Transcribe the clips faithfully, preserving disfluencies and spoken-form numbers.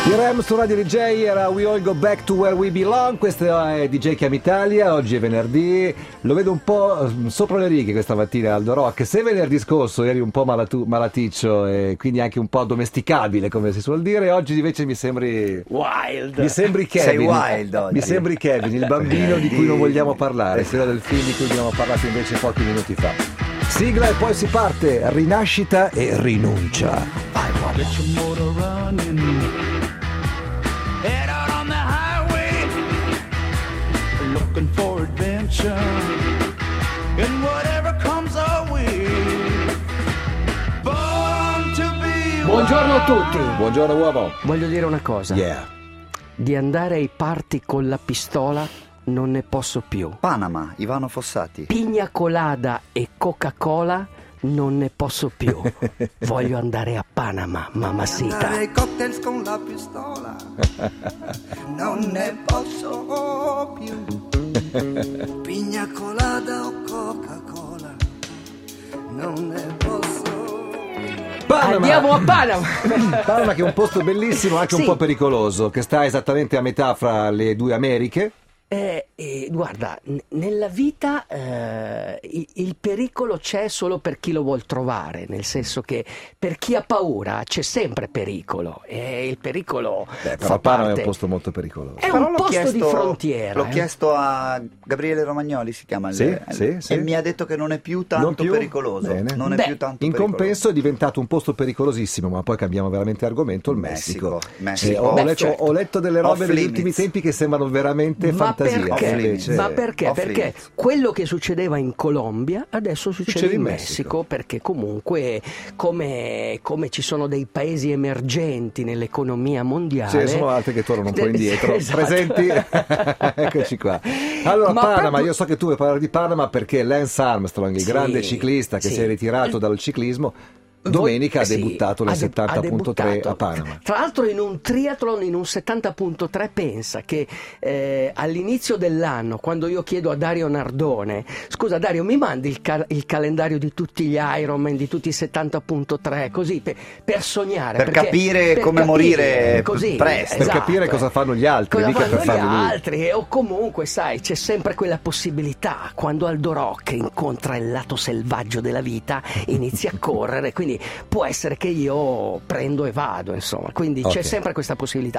I Rem su Radio D J era We All Go Back to Where We Belong. Questo è D J Chiam Italia. Oggi è venerdì, lo vedo un po' sopra le righe questa mattina, Aldo Rock. Se venerdì scorso eri un po' malatu- malaticcio e quindi anche un po' addomesticabile, come si suol dire, oggi invece mi sembri wild. Mi sembri Kevin. Sei wild oggi. Mi sembri Kevin, il bambino di cui non vogliamo parlare, quello del film di cui abbiamo parlato invece pochi minuti fa. Sigla e poi si parte. Rinascita e rinuncia. Vai, get your motor running. Head out on the highway, looking for adventure, and whatever comes our way. Born to be Buongiorno a tutti. Buongiorno uomo. Voglio dire una cosa. Yeah. Di andare ai party con la pistola non ne posso più. Panama, Ivano Fossati. Pigna colada e Coca-Cola non ne posso più. Voglio andare a Panama, mamacita. Andare ai cocktails con la pistola non ne posso più. Pigna colada o Coca-Cola non ne posso più. Panama. Andiamo a Panama. Panama, che è un posto bellissimo, anche Sì. un po' pericoloso, che sta esattamente a metà fra le due Americhe. Eh, eh, guarda, n- nella vita eh, il, il pericolo c'è solo per chi lo vuol trovare, nel senso che per chi ha paura c'è sempre pericolo e il pericolo Beh, fa però Panama parte. è un posto molto pericoloso. È Però un l'ho posto chiesto- di frontiera. L'ho eh. chiesto a Gabriele Romagnoli, si chiama il- Sì, il- sì, sì. e mi ha detto che non è più tanto Non più? pericoloso. Bene. Non è Beh, più tanto In pericoloso. compenso è diventato un posto pericolosissimo, ma poi cambiamo veramente argomento, il Messico. Messico, Messico. Eh, ho, Beh, letto, certo. ho letto delle robe Off negli limits. ultimi tempi che sembrano veramente Ma fantasia. perché? invece- Ma perché? Off Perché limits. quello che succedeva in Colombia adesso succede, Succede in in Messico, Messico. perché comunque come, come ci sono dei paesi emergenti nell'economia mondiale. Ce ne sono altri che tornano un po' indietro. Esatto. Presenti? Eccoci qua. Allora, Ma Panama, proprio- io so che tu vuoi parlare di Panama perché Lance Armstrong, il Sì, grande ciclista che sì. si è ritirato dal ciclismo, domenica ha Sì, debuttato nel ha de- settanta ha punto tre debuttato. a Panama. Tra l'altro in un triathlon in un settanta punto tre, pensa che eh, all'inizio dell'anno, quando io chiedo a Dario Nardone, scusa Dario, mi mandi il, ca- il calendario di tutti gli Ironman, di tutti i settanta punto tre, così per, per sognare, Per perché- capire per come capire, morire così, presto. Per esatto, capire eh. cosa fanno gli altri, Cosa mica per fanno gli farli lui. altri, o comunque sai c'è sempre quella possibilità quando Aldo Rock incontra il lato selvaggio della vita, inizia a correre, quindi può essere che io prendo e vado, insomma, quindi c'è Ok. sempre questa possibilità.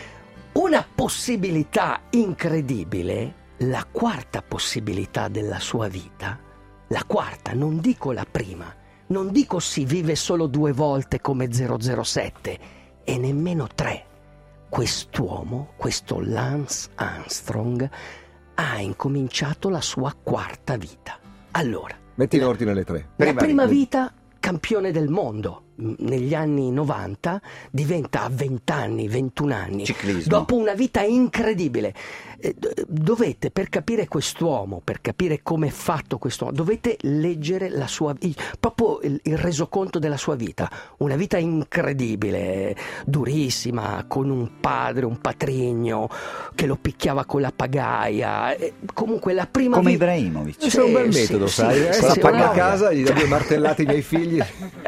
Una possibilità incredibile, la quarta possibilità della sua vita, la quarta, non dico la prima, non dico si vive solo due volte come zero zero sette e nemmeno tre. Quest'uomo, questo Lance Armstrong, ha incominciato la sua quarta vita. Allora, Metti in ordine le tre. la Prima prima di- vita, campione del mondo. M- Negli anni novanta diventa a venti anni, ventuno anni. Ciclismo. Dopo una vita incredibile. Eh, d- dovete, per capire quest'uomo, per capire come è fatto quest'uomo, dovete leggere la sua il- proprio il, il resoconto della sua vita. Una vita incredibile, durissima, con un padre, un patrigno che lo picchiava con la pagaia. Eh, Comunque la prima Come vita. Ibrahimovic. C'è un bel Sì, metodo, sì, sai? sì, eh? sì, La sì, paga no. a casa, gli do due martellate ai miei figli.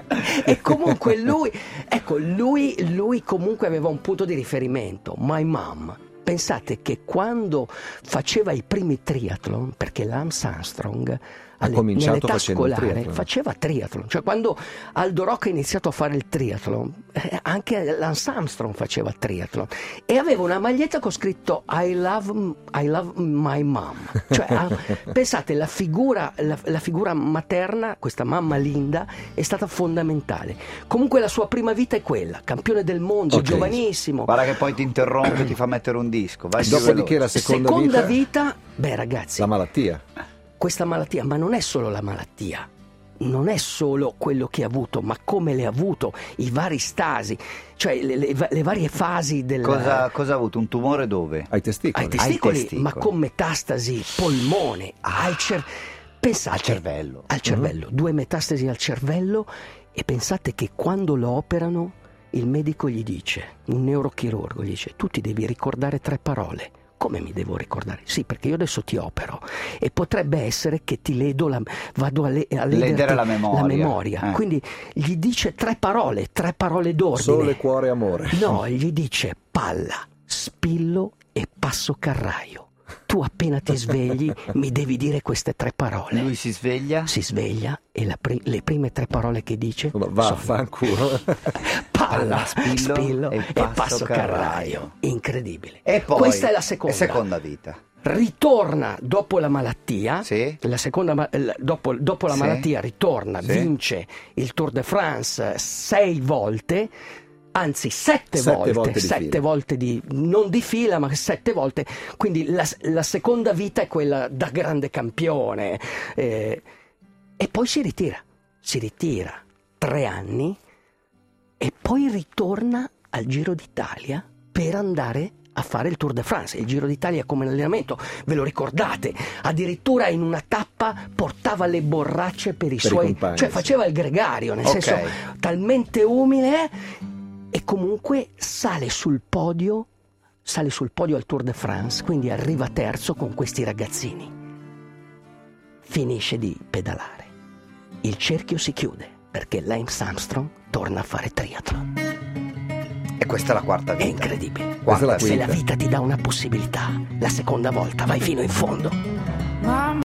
E comunque lui, ecco, lui, lui comunque aveva un punto di riferimento, My Mom. Pensate che quando faceva i primi triathlon, perché Lance Armstrong Ha alle- cominciato nell'età facendo il scolare triathlon. faceva triathlon, cioè quando Aldo Rock ha iniziato a fare il triathlon, eh, anche Lance Armstrong faceva triathlon e aveva una maglietta con scritto I love, I love my mom, cioè ah, pensate, la figura, la, la figura materna, questa mamma linda, è stata fondamentale. Comunque la sua prima vita è quella, campione del mondo, Ok. giovanissimo. Guarda che poi ti interrompe, ti fa mettere un disco. Vai più Dopodiché la veloce. seconda, vita, vita, beh ragazzi, la malattia. questa malattia, ma non è solo la malattia, non è solo quello che ha avuto, ma come le ha avuto, i vari stasi, cioè le, le- le varie fasi del... Cosa, cosa ha avuto? Un tumore dove? Ai testicoli. ai testicoli, testicoli. ma con metastasi, polmone, al cer- pensate, Al cervello. al cervello, due metastasi al cervello, e pensate che quando lo operano il medico gli dice, un neurochirurgo gli dice, tu ti devi ricordare tre parole: Come mi devo ricordare? Sì, perché io adesso ti opero e potrebbe essere che ti ledo la, vado a, le, a Ledere la memoria. la memoria. Eh. Quindi gli dice tre parole, tre parole d'ordine. Sole, cuore, amore. No, gli dice palla, spillo e passo carraio. Tu appena ti svegli mi devi dire queste tre parole. Lui si sveglia? Si sveglia e la pri- le prime tre parole che dice No, sono vaffanculo. palla, spillo spillo e e passo passo carraio. carraio. Incredibile. E poi Questa è la seconda. e seconda vita. Ritorna dopo la malattia, Sì. la seconda, ma- la- dopo, dopo la Sì. malattia ritorna, Sì. vince il Tour de France sei volte, anzi sette, Sette volte, volte di sette fila. volte di, non di fila ma sette volte, quindi la, la seconda vita è quella da grande campione, eh, e poi si ritira, si ritira tre anni e poi ritorna al Giro d'Italia per andare a fare il Tour de France. Il Giro d'Italia come allenamento, ve lo ricordate? Addirittura in una tappa portava le borracce per i Per i suoi, compagni, cioè sì. faceva il gregario, nel Ok. senso talmente umile, e comunque sale sul podio, sale sul podio al Tour de France, quindi arriva terzo con questi ragazzini. Finisce di pedalare. Il cerchio si chiude perché Lance Armstrong torna a fare triathlon. E questa è la quarta È vita. incredibile. Questa è la Se la quinta. vita ti dà una possibilità, la seconda volta vai fino in fondo.